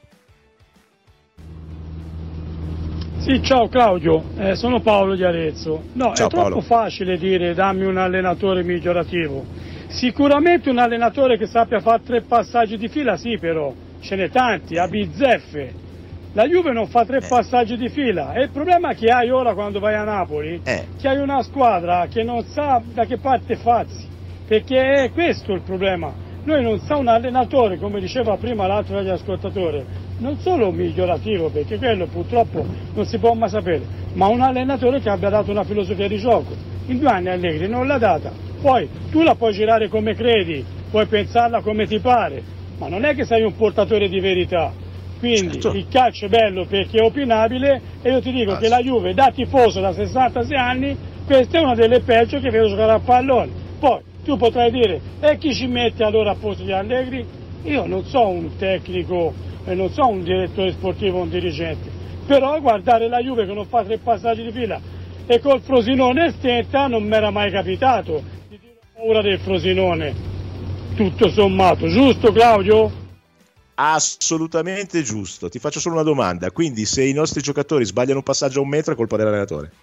Sì, ciao Claudio, sono Paolo di Arezzo. No, ciao, è troppo facile dire dammi un allenatore migliorativo. Sicuramente un allenatore che sappia fare 3 passaggi di fila, sì, però ce n'è tanti, a bizzeffe. La Juve non fa 3 passaggi di fila, e il problema che hai ora quando vai a Napoli che hai una squadra che non sa da che parte farsi, perché è questo il problema. Noi non sa un allenatore, come diceva prima l'altro degli ascoltatori, non solo migliorativo, perché quello purtroppo non si può mai sapere, ma un allenatore che abbia dato una filosofia di gioco. In 2 anni Allegri non l'ha data, poi tu la puoi girare come credi, puoi pensarla come ti pare, ma non è che sei un portatore di verità. Quindi il calcio è bello perché è opinabile, e io ti dico che la Juve da tifoso da 66 anni, questa è una delle peggio che vedo giocare a pallone. Poi tu potrai dire, e chi ci mette allora a posto di Allegri? Io non so un tecnico, non so un direttore sportivo o un dirigente, però guardare la Juve che non fa 3 passaggi di fila e col Frosinone e stenta non mi era mai capitato di dire paura del Frosinone, tutto sommato, giusto Claudio? Assolutamente giusto. Ti faccio solo una domanda, quindi se i nostri giocatori sbagliano un passaggio a 1 metro è colpa dell'allenatore?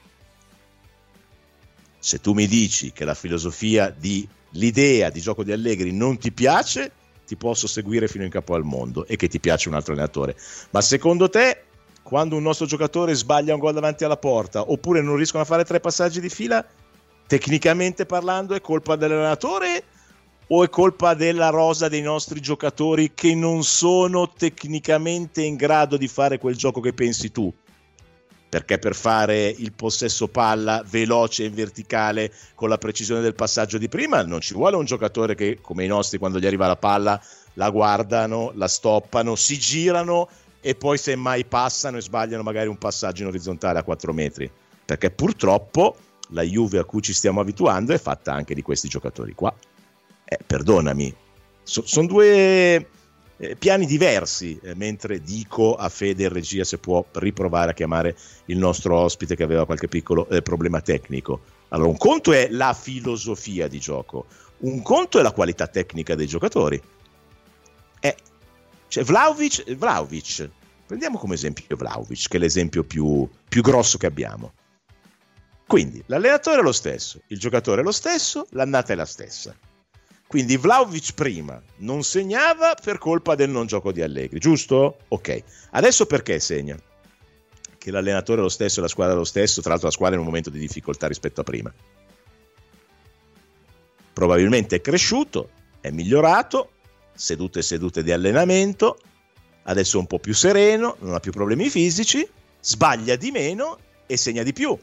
Se tu mi dici che la filosofia l'idea di gioco di Allegri non ti piace, ti posso seguire fino in capo al mondo, e che ti piace un altro allenatore, ma secondo te quando un nostro giocatore sbaglia un gol davanti alla porta oppure non riescono a fare 3 passaggi di fila, tecnicamente parlando è colpa dell'allenatore o è colpa della rosa dei nostri giocatori che non sono tecnicamente in grado di fare quel gioco che pensi tu? Perché per fare il possesso palla veloce e in verticale con la precisione del passaggio di prima non ci vuole un giocatore che, come i nostri, quando gli arriva la palla la guardano, la stoppano, si girano e poi semmai passano e sbagliano magari un passaggio in orizzontale a 4 metri, perché purtroppo la Juve a cui ci stiamo abituando è fatta anche di questi giocatori qua. Perdonami, sono 2 piani diversi, mentre dico a Fede in regia se può riprovare a chiamare il nostro ospite che aveva qualche piccolo problema tecnico. Allora, un conto è la filosofia di gioco, un conto è la qualità tecnica dei giocatori. Cioè Vlahovic, prendiamo come esempio Vlahovic, che è l'esempio più grosso che abbiamo. Quindi l'allenatore è lo stesso, il giocatore è lo stesso, l'annata è la stessa. Quindi Vlahovic prima non segnava per colpa del non gioco di Allegri, giusto? Ok. Adesso perché segna? Che l'allenatore è lo stesso e la squadra è lo stesso, tra l'altro la squadra è in un momento di difficoltà rispetto a prima. Probabilmente è cresciuto, è migliorato, sedute di allenamento, adesso è un po' più sereno, non ha più problemi fisici, sbaglia di meno e segna di più.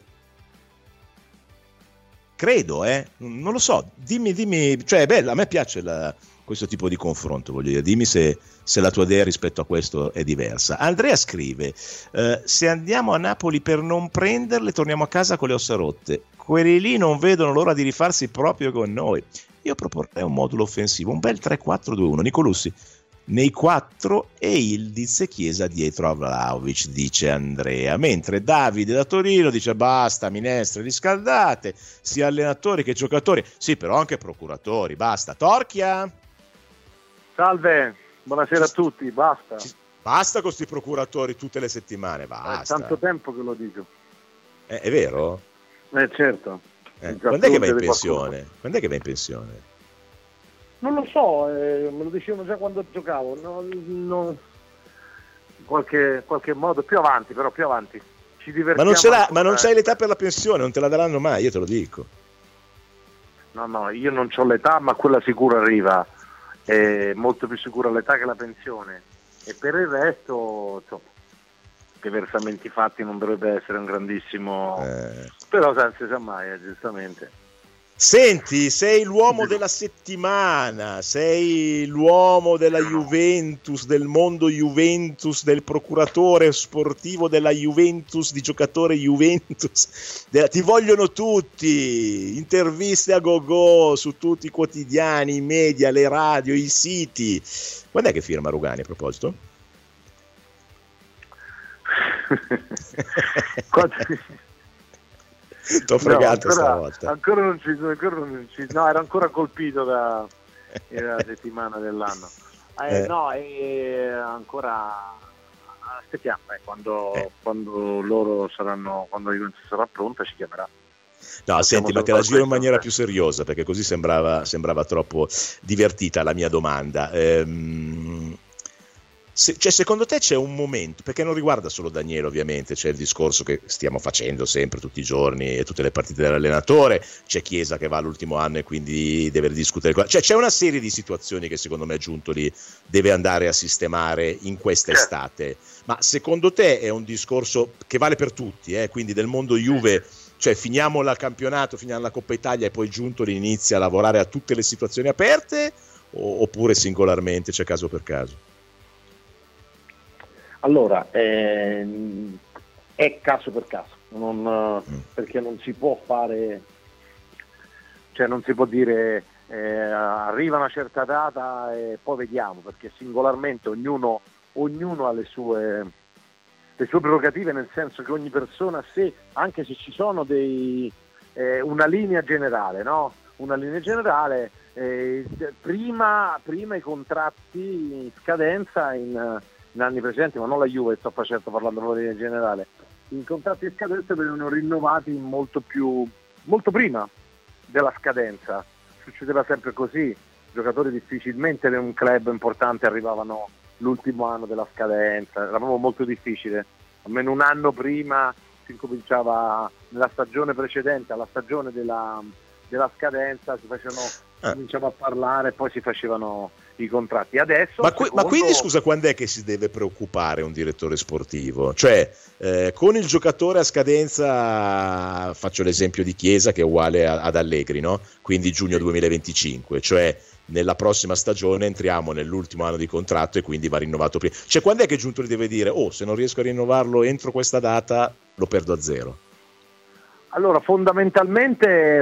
Credo, non lo so, dimmi, cioè è bello, a me piace questo tipo di confronto, voglio dire, dimmi se la tua idea rispetto a questo è diversa. Andrea scrive, se andiamo a Napoli per non prenderle torniamo a casa con le ossa rotte, quelli lì non vedono l'ora di rifarsi proprio con noi. Io proporrei un modulo offensivo, un bel 3-4-2-1, Nicolussi nei 4 e Ildiz e Chiesa dietro a Vlahovic, dice Andrea, mentre Davide da Torino dice basta minestre riscaldate, sia allenatori che giocatori, sì però anche procuratori, basta. Torchia? Salve, buonasera a tutti, basta con questi procuratori tutte le settimane, basta. È tanto tempo che lo dico. È vero? Certo. Quando è che vai in pensione? Quando è che vai in pensione? Non lo so, me lo dicevano già quando giocavo, in qualche modo, più avanti. Ci divertiamo. Ma non c'hai l'età per la pensione, non te la daranno mai, io te lo dico. No, io non c'ho l'età, ma quella sicura arriva, è molto più sicura l'età che la pensione. E per il resto, insomma, che versamenti fatti non dovrebbe essere un grandissimo... Però non si sa mai, giustamente. Senti, sei l'uomo della settimana, sei l'uomo della Juventus, del mondo Juventus, del procuratore sportivo della Juventus, di giocatore Juventus, ti vogliono tutti, interviste a go-go su tutti i quotidiani, i media, le radio, i siti. Quando è che firma Rugani a proposito? T'ho fregato stavolta. Ancora non ci no, ero ancora colpito da la settimana dell'anno. Ancora aspettiamo, quando loro saranno, quando sarà pronta ci chiamerà. No, senti, ma te la giro in maniera più seriosa, perché così sembrava troppo divertita la mia domanda. Secondo te c'è un momento, perché non riguarda solo Daniele ovviamente, c'è il discorso che stiamo facendo sempre tutti i giorni e tutte le partite dell'allenatore, c'è Chiesa che va all'ultimo anno e quindi deve discutere, c'è una serie di situazioni che secondo me Giuntoli deve andare a sistemare in questa estate, ma secondo te è un discorso che vale per tutti, quindi del mondo Juve, cioè finiamo il campionato, finiamo la Coppa Italia e poi Giuntoli inizia a lavorare a tutte le situazioni aperte, oppure singolarmente, c'è caso per caso? Allora, è caso per caso, perché non si può fare, cioè non si può dire arriva una certa data e poi vediamo, perché singolarmente ognuno ha le sue prerogative, nel senso che ogni persona, anche se ci sono una linea generale, no? Una linea generale, prima i contratti in scadenza in anni precedenti, ma non la Juve, sto parlando proprio in generale, i contratti in scadenza venivano rinnovati molto prima della scadenza. Succedeva sempre così, i giocatori difficilmente in un club importante arrivavano l'ultimo anno della scadenza, era proprio molto difficile, almeno un anno prima si incominciava, nella stagione precedente alla stagione della scadenza cominciava a parlare e poi si facevano i contratti. Adesso ma quindi scusa, quando è che si deve preoccupare un direttore sportivo? Cioè con il giocatore a scadenza, faccio l'esempio di Chiesa che è uguale ad Allegri, no? Quindi giugno 2025, cioè nella prossima stagione entriamo nell'ultimo anno di contratto e quindi va rinnovato prima. Cioè quando è che Giuntoli deve dire se non riesco a rinnovarlo entro questa data lo perdo a zero? Allora fondamentalmente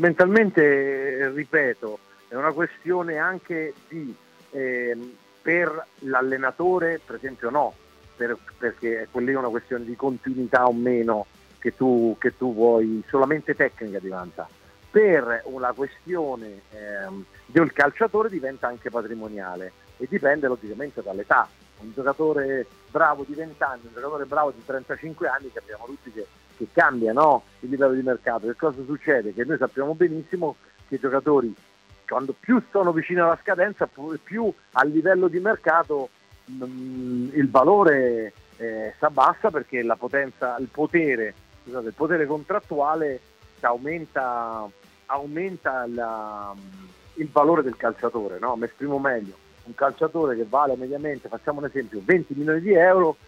ripeto, è una questione anche di per l'allenatore, per esempio perché quella è una questione di continuità o meno che tu vuoi, solamente tecnica diventa. Per una questione del calciatore diventa anche patrimoniale e dipende logicamente dall'età. Un giocatore bravo di 20 anni, un giocatore bravo di 35 anni, capiamo tutti che cambia, no? Il livello di mercato. Che cosa succede? Che noi sappiamo benissimo che i giocatori, quando più sono vicini alla scadenza, più a livello di mercato il valore si abbassa, perché la potenza, il potere contrattuale aumenta il valore del calciatore, no? Mi esprimo meglio. Un calciatore che vale mediamente, facciamo un esempio, 20 milioni di euro,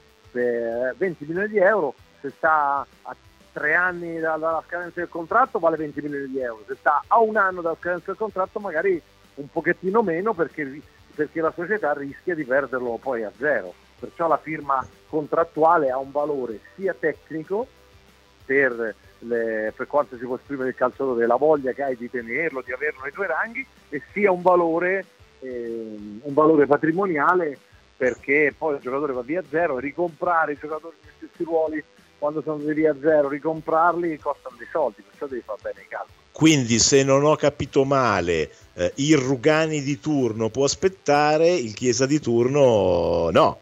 se sta a 3 anni dalla scadenza del contratto vale 20 milioni di euro, se sta a un anno dalla scadenza del contratto magari un pochettino meno, perché la società rischia di perderlo poi a zero. Perciò la firma contrattuale ha un valore sia tecnico per quanto si può esprimere il calciatore, la voglia che hai di tenerlo, di averlo nei tuoi ranghi, e sia un valore patrimoniale, perché poi il giocatore va via a zero e ricomprare i giocatori nei stessi ruoli quando sono via a zero, ricomprarli costano dei soldi, perciò devi fare bene i calcoli. Quindi, se non ho capito male, il Rugani di turno può aspettare, il Chiesa di turno no.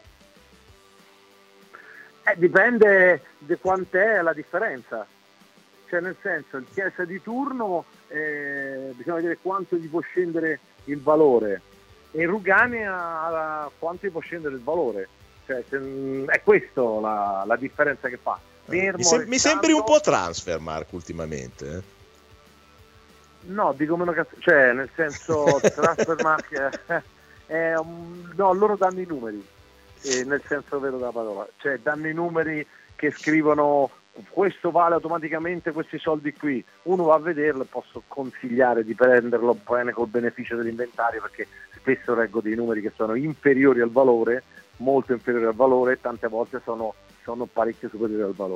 Dipende di quant'è la differenza, cioè nel senso, il Chiesa di turno bisogna vedere quanto gli può scendere il valore, e il Rugani a quanto gli può scendere il valore, cioè è questo la differenza che fa. Mi sembri un po' transfer, Marco, ultimamente. No, dico meno cioè nel senso Transfermarkt no, loro danno i numeri, nel senso vero della parola, cioè danno i numeri che scrivono questo vale automaticamente questi soldi qui, uno va a vederlo e posso consigliare di prenderlo bene col beneficio dell'inventario, perché spesso reggo dei numeri che sono inferiori al valore, molto inferiori al valore, e tante volte sono parecchio superiori al valore.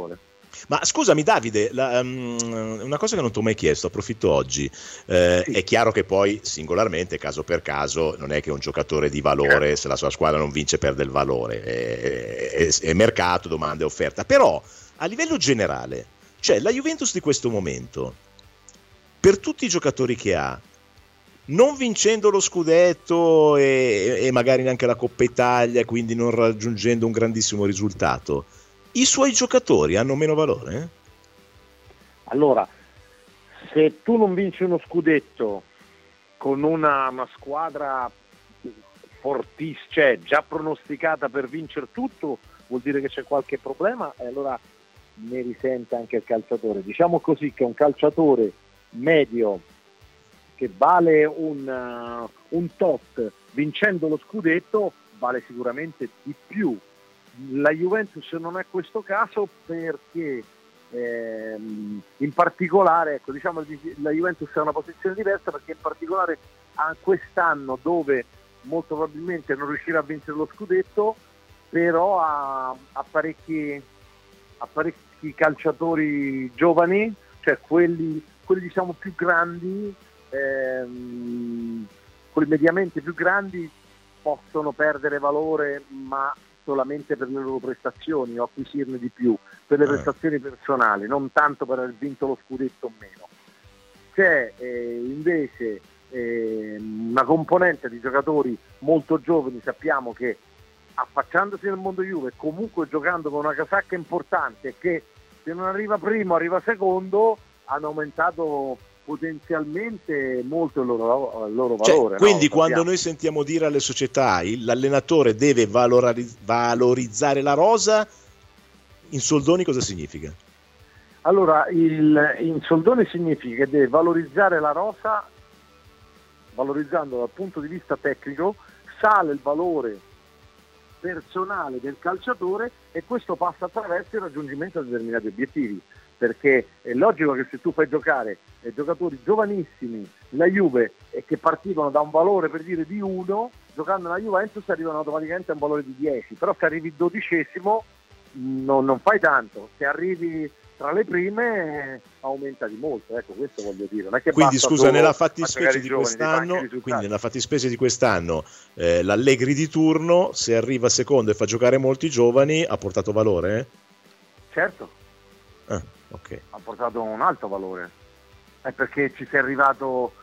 Ma scusami Davide, una cosa che non ti ho mai chiesto, approfitto oggi, è chiaro che poi singolarmente, caso per caso, non è che un giocatore di valore, se la sua squadra non vince perde il valore, è mercato, domanda e offerta, però a livello generale, cioè la Juventus di questo momento, per tutti i giocatori che ha, non vincendo lo scudetto e magari neanche la Coppa Italia, quindi non raggiungendo un grandissimo risultato, i suoi giocatori hanno meno valore? Allora, se tu non vinci uno scudetto con una squadra fortissima, cioè già pronosticata per vincere tutto, vuol dire che c'è qualche problema e allora ne risente anche il calciatore. Diciamo così che un calciatore medio che vale un tot vincendo lo scudetto vale sicuramente di più. La Juventus non è questo caso perché in particolare, ecco, diciamo la Juventus è una posizione diversa perché in particolare a quest'anno dove molto probabilmente non riuscirà a vincere lo scudetto, però ha parecchi calciatori giovani, cioè quelli diciamo più grandi, quelli mediamente più grandi possono perdere valore ma solamente per le loro prestazioni o acquisirne di più per le prestazioni personali, non tanto per aver vinto lo scudetto o meno. C'è invece una componente di giocatori molto giovani, sappiamo che affacciandosi nel mondo Juve, comunque giocando con una casacca importante, che se non arriva primo arriva secondo, hanno aumentato potenzialmente molto il loro valore. Quindi quando noi sentiamo dire alle società l'allenatore deve valorizzare la rosa, in soldoni cosa significa? Allora, in soldoni significa che deve valorizzare la rosa, valorizzando dal punto di vista tecnico, sale il valore personale del calciatore e questo passa attraverso il raggiungimento di determinati obiettivi. Perché è logico che se tu fai giocare giocatori giovanissimi, la Juve, e che partivano da un valore per dire di 1, giocando nella Juventus arrivano automaticamente a un valore di 10, però se arrivi 12esimo non fai tanto, se arrivi tra le prime aumenta di molto, ecco, questo voglio dire. Non è che quindi scusa, nella fattispecie di quest'anno, l'Allegri di turno, se arriva secondo e fa giocare molti giovani, ha portato valore? Certo. Okay. Ha portato un alto valore, è perché ci sei arrivato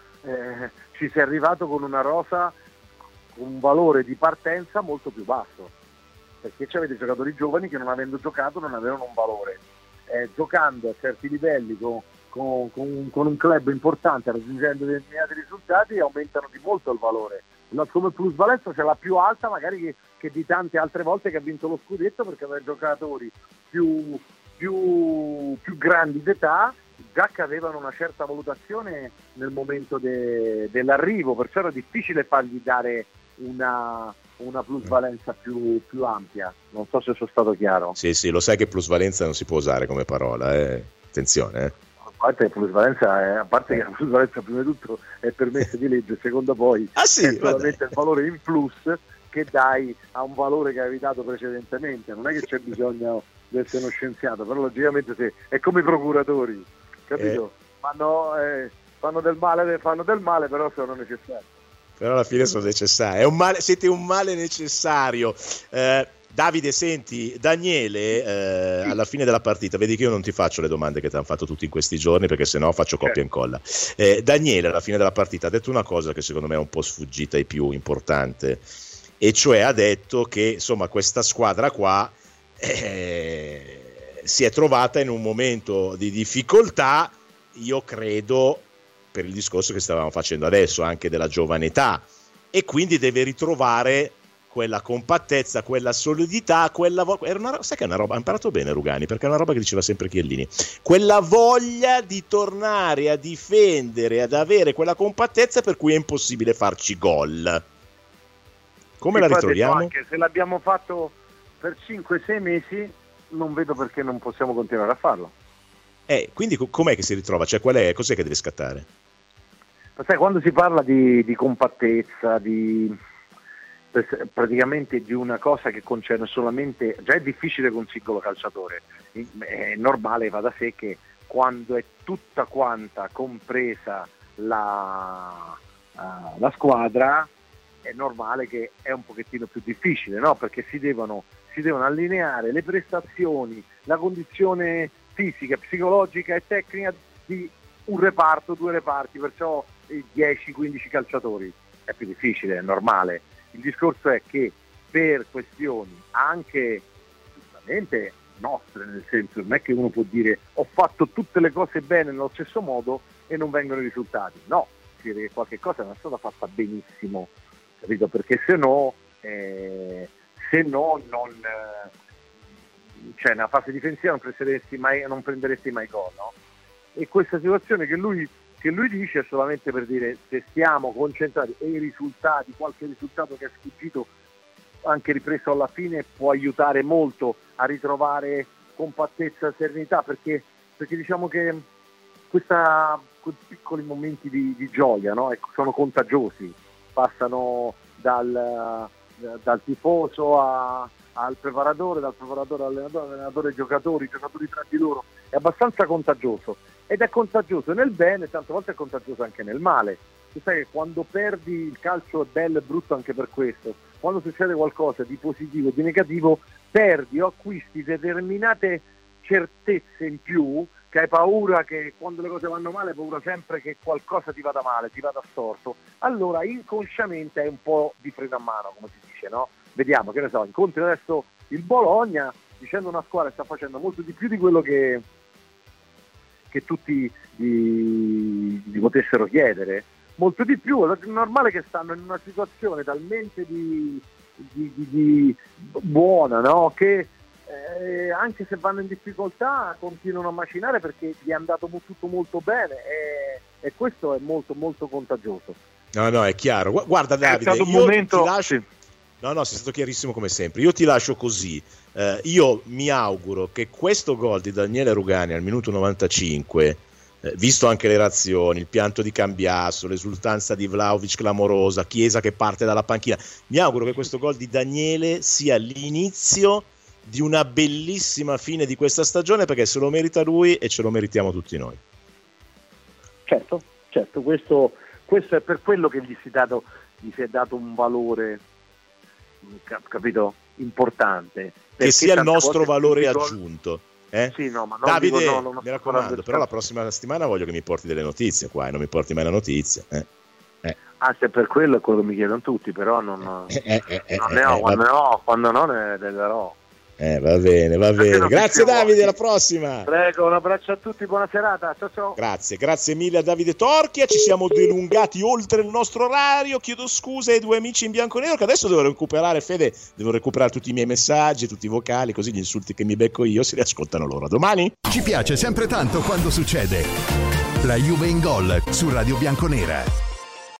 con una rosa con un valore di partenza molto più basso, perché c'avete giocatori giovani che non avendo giocato non avevano un valore, giocando a certi livelli con un club importante, raggiungendo determinati risultati, aumentano di molto il valore. Come plusvalenza c'è la più alta magari che di tante altre volte che ha vinto lo scudetto, perché aveva giocatori più grandi d'età, già che avevano una certa valutazione nel momento dell'arrivo, perciò era difficile fargli dare una plusvalenza più ampia. Non so se sono stato chiaro. Sì, lo sai che plusvalenza non si può usare come parola, attenzione. A parte che la plusvalenza prima di tutto è permessa di legge, secondo poi è solamente il valore in plus che dai a un valore che avevi dato precedentemente, non è che c'è bisogno di essere uno scienziato, però logicamente se è come i procuratori, capito? Fanno del male, però sono necessari. Però alla fine sono necessari. Siete un male necessario. Davide, senti, Daniele, alla fine della partita, vedi che io non ti faccio le domande che ti hanno fatto tutti in questi giorni, perché sennò faccio copia e incolla. Daniele, alla fine della partita, ha detto una cosa che secondo me è un po' sfuggita ai più, importante, e cioè ha detto che insomma questa squadra qua si è trovata in un momento di difficoltà, io credo, per il discorso che stavamo facendo adesso, anche della giovane età, e quindi deve ritrovare quella compattezza, quella solidità, sai che è una roba, ha imparato bene Rugani, perché è una roba che diceva sempre Chiellini, quella voglia di tornare a difendere, ad avere quella compattezza per cui è impossibile farci gol. Come la ritroviamo? Anche se l'abbiamo fatto per 5-6 mesi, non vedo perché non possiamo continuare a farlo. Quindi com'è che si ritrova? Cioè, cos'è che deve scattare? Ma sai, quando si parla di compattezza, praticamente di una cosa che concerne solamente, già è difficile con un singolo calciatore, è normale, va da sé che quando è tutta quanta compresa la squadra, è normale che è un pochettino più difficile, no? Perché si devono allineare le prestazioni, la condizione fisica, psicologica e tecnica di un reparto, 2 reparti, perciò 10-15 calciatori. È più difficile, è normale. Il discorso è che per questioni anche giustamente nostre, nel senso, non è che uno può dire ho fatto tutte le cose bene nello stesso modo e non vengono i risultati. No, si vede che qualche cosa non è stata fatta benissimo, capito? Perché se no non cioè nella fase difensiva non prenderesti mai gol, no? E questa situazione che lui dice è solamente per dire, se stiamo concentrati e i risultati, qualche risultato che è sfuggito anche ripreso alla fine può aiutare molto a ritrovare compattezza e serenità, perché diciamo che quei piccoli momenti di gioia, no? Sono contagiosi, passano dal tifoso al preparatore, dal preparatore all'allenatore ai giocatori tra di loro. È abbastanza contagioso, ed è contagioso nel bene, tante volte è contagioso anche nel male. Tu sai che quando perdi, il calcio è bello e brutto anche per questo, quando succede qualcosa di positivo, di negativo, perdi o acquisti determinate certezze in più, che hai paura che quando le cose vanno male, hai paura sempre che qualcosa ti vada male, ti vada storto, allora inconsciamente hai un po' di freno a mano, come si dice, no? Vediamo, che ne so, incontri adesso il Bologna, dicendo una squadra che sta facendo molto di più di quello che tutti gli potessero chiedere, molto di più. È normale che stanno in una situazione talmente di buona, no? Che anche se vanno in difficoltà continuano a macinare, perché gli è andato tutto molto bene, e questo è molto molto contagioso. No, è chiaro. Guarda Davide, ti lascio... No, sei stato chiarissimo come sempre. Io ti lascio così. Io mi auguro che questo gol di Daniele Rugani al minuto 95, visto anche le reazioni, il pianto di Cambiasso, l'esultanza di Vlahovic clamorosa, Chiesa che parte dalla panchina, mi auguro che questo gol di Daniele sia l'inizio di una bellissima fine di questa stagione, perché se lo merita lui e ce lo meritiamo tutti noi. Certo, questo è per quello che gli si è dato un valore, capito, importante, che sia il nostro valore aggiunto. Sì, no, ma non Davide, dico, no, mi raccomando, però la prossima settimana voglio che mi porti delle notizie qua, e non mi porti mai la notizia. Se per quello è quello che mi chiedono tutti, però non ne ho, quando no ne darò. Va bene. Grazie Davide, alla prossima. Prego, un abbraccio a tutti, buona serata. Ciao. Grazie mille a Davide Torchia. Ci siamo dilungati oltre il nostro orario. Chiedo scusa ai 2 amici in bianco e nero, che adesso devo recuperare, Fede, devo recuperare tutti i miei messaggi, tutti i vocali, così gli insulti che mi becco io si li ascoltano loro. A domani. Ci piace sempre tanto quando succede. La Juve in gol su Radio Bianconera.